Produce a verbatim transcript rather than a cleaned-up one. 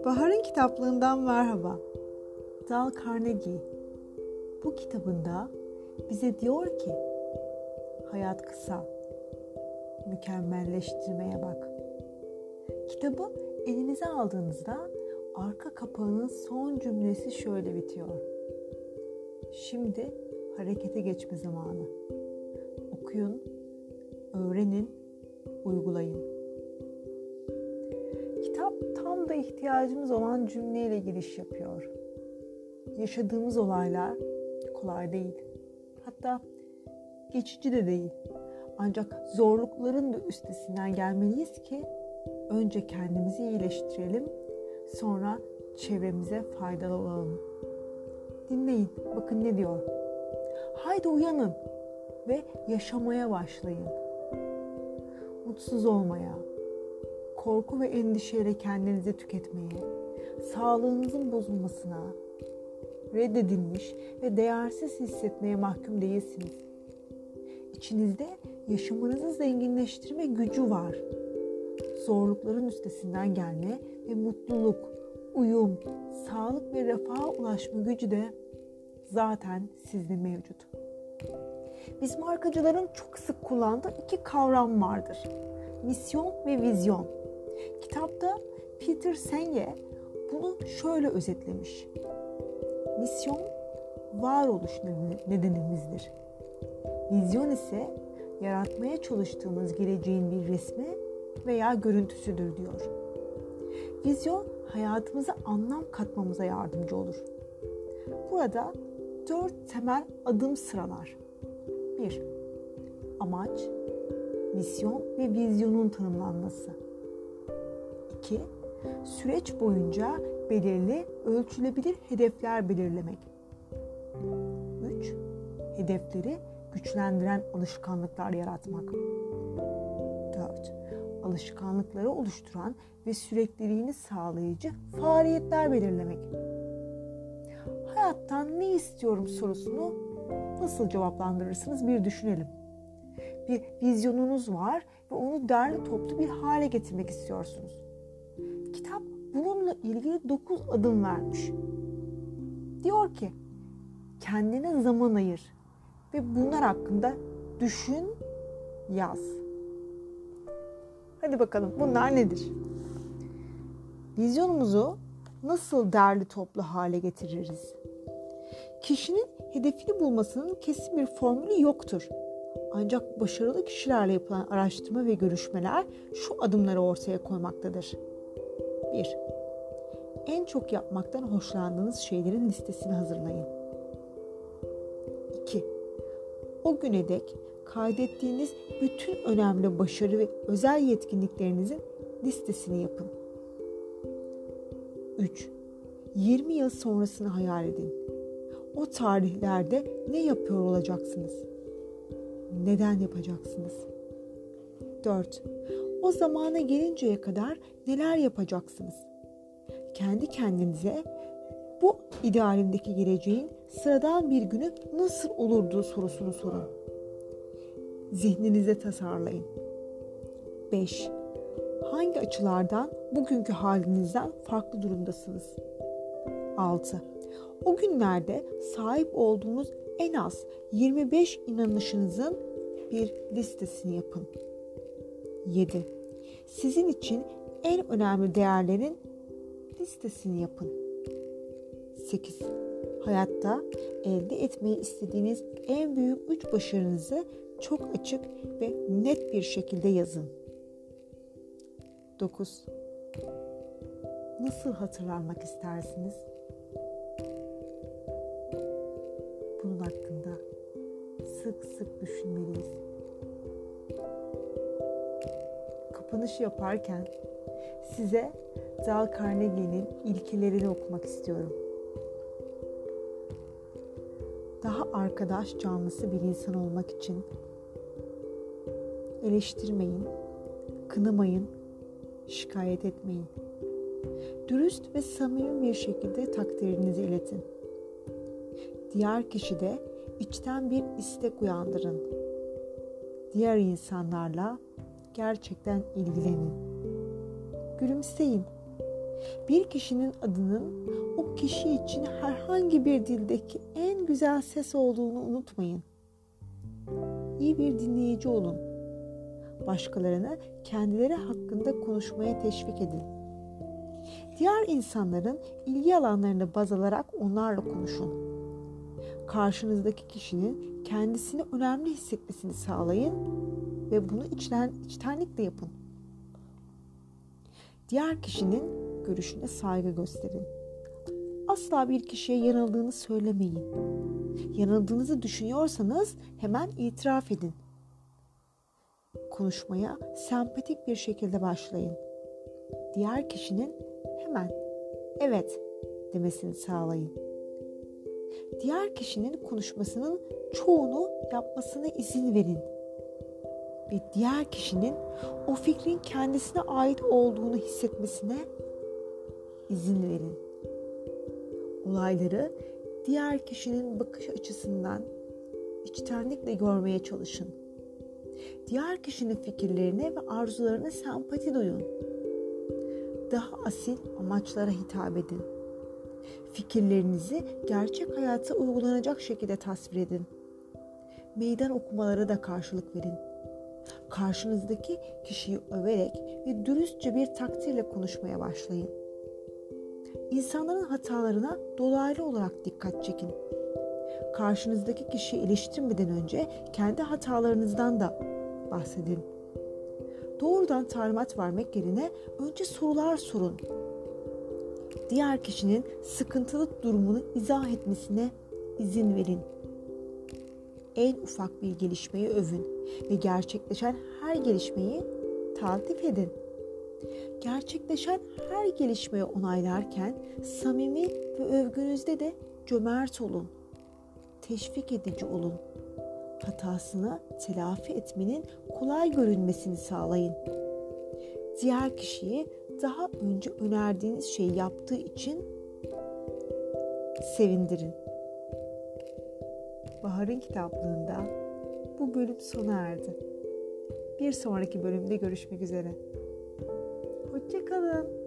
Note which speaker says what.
Speaker 1: Bahar'ın kitaplığından merhaba. Dale Carnegie bu kitabında bize diyor ki hayat kısa, mükemmelleştirmeye bak. Kitabı elinize aldığınızda arka kapağının son cümlesi şöyle bitiyor. Şimdi harekete geçme zamanı. Okuyun, öğrenin, uygulayın. Kitap tam da ihtiyacımız olan cümleyle giriş yapıyor. Yaşadığımız olaylar kolay değil. Hatta geçici de değil. Ancak zorlukların da üstesinden gelmeliyiz ki önce kendimizi iyileştirelim, sonra çevremize faydalı olalım. Dinleyin, bakın ne diyor. Haydi uyanın ve yaşamaya başlayın. Mutsuz olmaya, korku ve endişeyle kendinizi tüketmeye, sağlığınızın bozulmasına, reddedilmiş ve değersiz hissetmeye mahkum değilsiniz. İçinizde yaşamınızı zenginleştirme gücü var. Zorlukların üstesinden gelme ve mutluluk, uyum, sağlık ve refaha ulaşma gücü de zaten sizde mevcut. Biz markacıların çok sık kullandığı iki kavram vardır. Misyon ve vizyon. Kitapta Peter Senge bunu şöyle özetlemiş. Misyon varoluş nedenimizdir. Vizyon ise yaratmaya çalıştığımız geleceğin bir resmi veya görüntüsüdür diyor. Vizyon hayatımıza anlam katmamıza yardımcı olur. Burada dört temel adım sıralar. bir. Amaç, misyon ve vizyonun tanımlanması. iki. Süreç boyunca belirli, ölçülebilir hedefler belirlemek. üç. Hedefleri güçlendiren alışkanlıklar yaratmak. dört. Alışkanlıkları oluşturan ve sürekliliğini sağlayıcı faaliyetler belirlemek. Hayattan ne istiyorum sorusunu nasıl cevaplandırırsınız bir düşünelim. Bir vizyonunuz var ve onu derli toplu bir hale getirmek istiyorsunuz. Kitap bununla ilgili dokuz adım vermiş. Diyor ki, kendine zaman ayır ve bunlar hakkında düşün, yaz. Hadi bakalım bunlar nedir? Vizyonumuzu nasıl derli toplu hale getiririz? Kişinin hedefini bulmasının kesin bir formülü yoktur. Ancak başarılı kişilerle yapılan araştırma ve görüşmeler şu adımları ortaya koymaktadır. bir. En çok yapmaktan hoşlandığınız şeylerin listesini hazırlayın. iki. O güne dek kaydettiğiniz bütün önemli başarı ve özel yetkinliklerinizin listesini yapın. üç. yirmi yıl sonrasını hayal edin. O tarihlerde ne yapıyor olacaksınız? Neden yapacaksınız? dört. O zamana gelinceye kadar neler yapacaksınız? Kendi kendinize bu idealimdeki geleceğin sıradan bir günü nasıl olurdu sorusunu sorun. Zihninize tasarlayın. beş. Hangi açılardan bugünkü halinizden farklı durumdasınız? altı. O günlerde sahip olduğunuz en az yirmi beş inanışınızın bir listesini yapın. yedi. Sizin için en önemli değerlerin listesini yapın. sekiz. Hayatta elde etmeyi istediğiniz en büyük üç başarınızı çok açık ve net bir şekilde yazın. dokuz. Nasıl hatırlanmak istersiniz? Bunun hakkında sık sık düşünmeliyiz. Kapanış yaparken size Dale Carnegie'nin ilkelerini okumak istiyorum. Daha arkadaş canlısı bir insan olmak için eleştirmeyin, kınamayın, şikayet etmeyin. Dürüst ve samimi bir şekilde takdirinizi iletin. Diğer kişide içten bir istek uyandırın. Diğer insanlarla gerçekten ilgilenin. Gülümseyin. Bir kişinin adının o kişi için herhangi bir dildeki en güzel ses olduğunu unutmayın. İyi bir dinleyici olun. Başkalarına kendileri hakkında konuşmaya teşvik edin. Diğer insanların ilgi alanlarını baz alarak onlarla konuşun. Karşınızdaki kişinin kendisini önemli hissetmesini sağlayın ve bunu içten, içtenlikle yapın. Diğer kişinin görüşüne saygı gösterin. Asla bir kişiye yanıldığını söylemeyin. Yanıldığınızı düşünüyorsanız hemen itiraf edin. Konuşmaya sempatik bir şekilde başlayın. Diğer kişinin hemen evet demesini sağlayın. Diğer kişinin konuşmasının çoğunu yapmasına izin verin. Ve diğer kişinin o fikrin kendisine ait olduğunu hissetmesine izin verin. Olayları diğer kişinin bakış açısından içtenlikle görmeye çalışın. Diğer kişinin fikirlerine ve arzularına sempati duyun. Daha asil amaçlara hitap edin. Fikirlerinizi gerçek hayata uygulanacak şekilde tasvir edin. Meydan okumalara da karşılık verin. Karşınızdaki kişiyi överek ve dürüstçe bir takdirle konuşmaya başlayın. İnsanların hatalarına dolaylı olarak dikkat çekin. Karşınızdaki kişiyi eleştirmeden önce kendi hatalarınızdan da bahsedin. Doğrudan talimat vermek yerine önce sorular sorun. Diğer kişinin sıkıntılı durumunu izah etmesine izin verin. En ufak bir gelişmeyi övün ve gerçekleşen her gelişmeyi taltif edin. Gerçekleşen her gelişmeyi onaylarken samimi ve övgünüzde de cömert olun. Teşvik edici olun. Hatasını telafi etmenin kolay görünmesini sağlayın. Diğer kişiyi daha önce önerdiğiniz şeyi yaptığı için sevindirin. Bahar'ın kitaplığında bu bölüm sona erdi. Bir sonraki bölümde görüşmek üzere. Hoşça kalın.